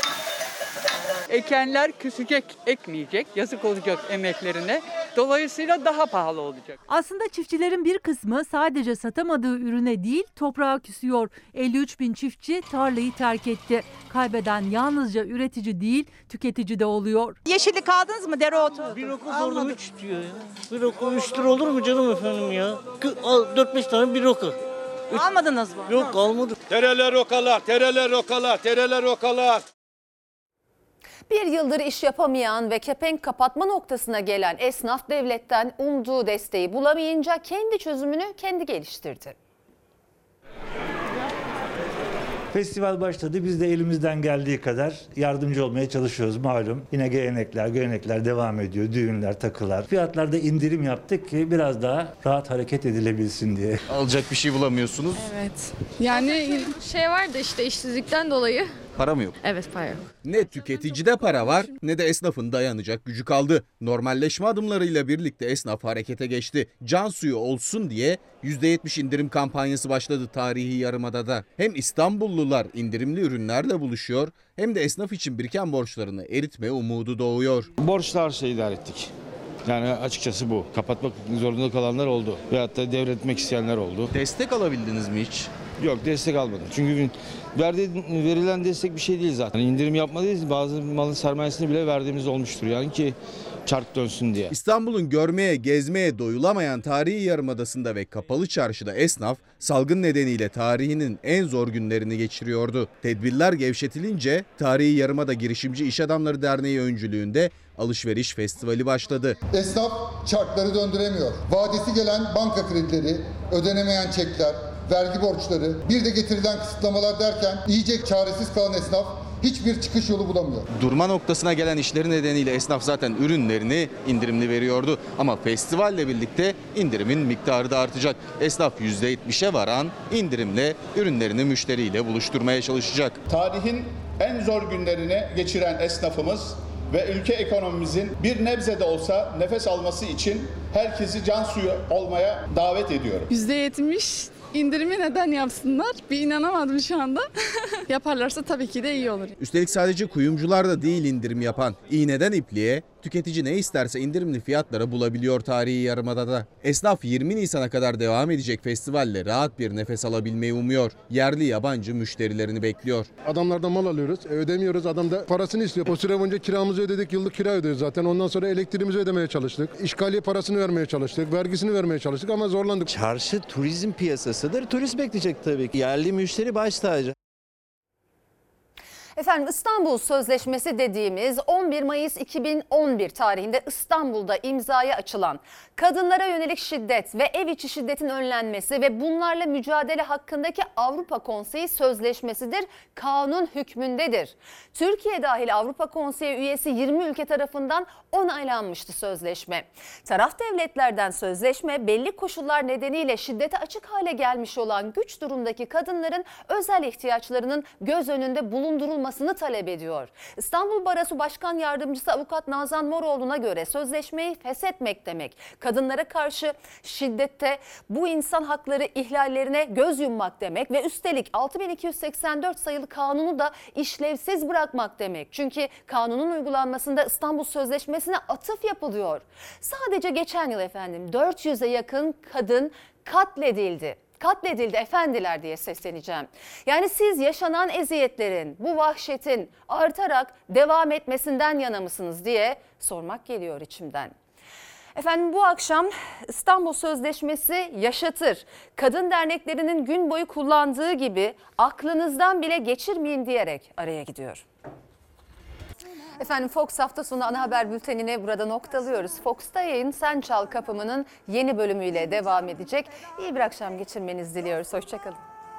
Ekenler küsecek, ekmeyecek, yazık olacak emeklerine. Dolayısıyla daha pahalı olacak. Aslında çiftçilerin bir kısmı sadece satamadığı ürüne değil toprağa küsüyor. 53 bin çiftçi tarlayı terk etti. Kaybeden yalnızca üretici değil tüketici de oluyor. Yeşillik aldınız mı dereotu? Bir roka sordum 3 diyor ya. Bir roka 3 lira olur mu canım efendim ya? 4-5 tane bir roka. Almadınız mı? Yok almadım. Tereler rokalar, tereler rokalar, tereler rokalar. Bir yıldır iş yapamayan ve kepenk kapatma noktasına gelen esnaf devletten umduğu desteği bulamayınca kendi çözümünü kendi geliştirdi. Festival başladı. Biz de elimizden geldiği kadar yardımcı olmaya çalışıyoruz malum. Yine görenekler devam ediyor. Düğünler, takılar. Fiyatlarda indirim yaptık ki biraz daha rahat hareket edilebilsin diye. Alacak bir şey bulamıyorsunuz. Evet. Yani şey var da işte işsizlikten dolayı. Para mı yok? Evet, para yok. Ne tüketicide para var ne de esnafın dayanacak gücü kaldı. Normalleşme adımlarıyla birlikte esnaf harekete geçti. Can suyu olsun diye %70 indirim kampanyası başladı tarihi Yarımada'da. Hem İstanbullular indirimli ürünlerle buluşuyor hem de esnaf için biriken borçlarını eritme umudu doğuyor. Borçla her şeyi idare ettik. Yani açıkçası bu. Kapatmak zorunda kalanlar oldu. Veyahut da devretmek isteyenler oldu. Destek alabildiniz mi hiç? Yok, destek almadım. Çünkü verilen destek bir şey değil zaten. İndirim yapmalıyız. Bazı malın sermayesini bile verdiğimiz olmuştur. Yani ki çark dönsün diye. İstanbul'un görmeye, gezmeye doyulamayan tarihi Yarımadası'nda ve kapalı çarşıda esnaf salgın nedeniyle tarihinin en zor günlerini geçiriyordu. Tedbirler gevşetilince Tarihi Yarımada Girişimci İş Adamları Derneği öncülüğünde alışveriş festivali başladı. Esnaf çarkları döndüremiyor. Vadesi gelen banka kredileri, ödenemeyen çekler, vergi borçları, bir de getirilen kısıtlamalar derken iyice çaresiz kalan esnaf hiçbir çıkış yolu bulamıyor. Durma noktasına gelen işleri nedeniyle esnaf zaten ürünlerini indirimli veriyordu. Ama festivalle birlikte indirimin miktarı da artacak. Esnaf %70'e varan indirimle ürünlerini müşteriyle buluşturmaya çalışacak. Tarihin en zor günlerini geçiren esnafımız ve ülke ekonomimizin bir nebze de olsa nefes alması için herkesi can suyu olmaya davet ediyorum. %70 indirimi neden yapsınlar? Bir inanamadım şu anda. Yaparlarsa tabii ki de iyi olur. Üstelik sadece kuyumcular da değil indirim yapan. İğneden ipliğe tüketici ne isterse indirimli fiyatlara bulabiliyor Tarihi Yarımada'da. Esnaf 20 Nisan'a kadar devam edecek festivalle rahat bir nefes alabilmeyi umuyor. Yerli yabancı müşterilerini bekliyor. Adamlardan mal alıyoruz, ödemiyoruz. Adam da parasını istiyor. O süre boyunca kiramızı ödedik, yıllık kira ödüyoruz zaten. Ondan sonra elektriğimizi ödemeye çalıştık. İşgaliye parasını vermeye çalıştık, vergisini vermeye çalıştık ama zorlandık. Çarşı turizm piyasasıdır. Turist bekleyecek tabii ki. Yerli müşteri baş tacı. Efendim İstanbul Sözleşmesi dediğimiz 11 Mayıs 2011 tarihinde İstanbul'da imzaya açılan kadınlara yönelik şiddet ve ev içi şiddetin önlenmesi ve bunlarla mücadele hakkındaki Avrupa Konseyi Sözleşmesidir. Kanun hükmündedir. Türkiye dahil Avrupa Konseyi üyesi 20 ülke tarafından onaylanmıştı sözleşme. Taraf devletlerden sözleşme belli koşullar nedeniyle şiddete açık hale gelmiş olan güç durumdaki kadınların özel ihtiyaçlarının göz önünde bulundurulmasını talep ediyor. İstanbul Barosu Başkan Yardımcısı Avukat Nazan Moroğlu'na göre sözleşmeyi feshetmek demek. Kadınlara karşı şiddette bu insan hakları ihlallerine göz yummak demek ve üstelik 6284 sayılı kanunu da işlevsiz bırakmak demek. Çünkü kanunun uygulanmasında İstanbul Sözleşmesi'ne atıf yapılıyor. Sadece geçen yıl efendim 400'e yakın kadın katledildi efendiler diye sesleneceğim. Yani siz yaşanan eziyetlerin, bu vahşetin artarak devam etmesinden yana mısınız diye sormak geliyor içimden. Efendim bu akşam İstanbul Sözleşmesi yaşatır. Kadın derneklerinin gün boyu kullandığı gibi aklınızdan bile geçirmeyin diyerek araya gidiyor. Efendim Fox hafta sonu ana haber bültenine burada noktalıyoruz. Fox'ta yayın Sen Çal Kapımı'nın yeni bölümüyle devam edecek. İyi bir akşam geçirmenizi diliyoruz. Hoşçakalın.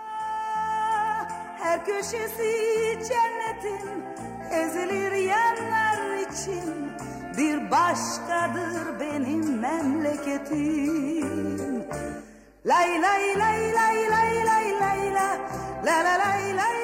Her köşesi cennetin ezilir yanlar için. Bir başkadır benim memleketim. Lay lay lay lay lay lay lay la la lay lay.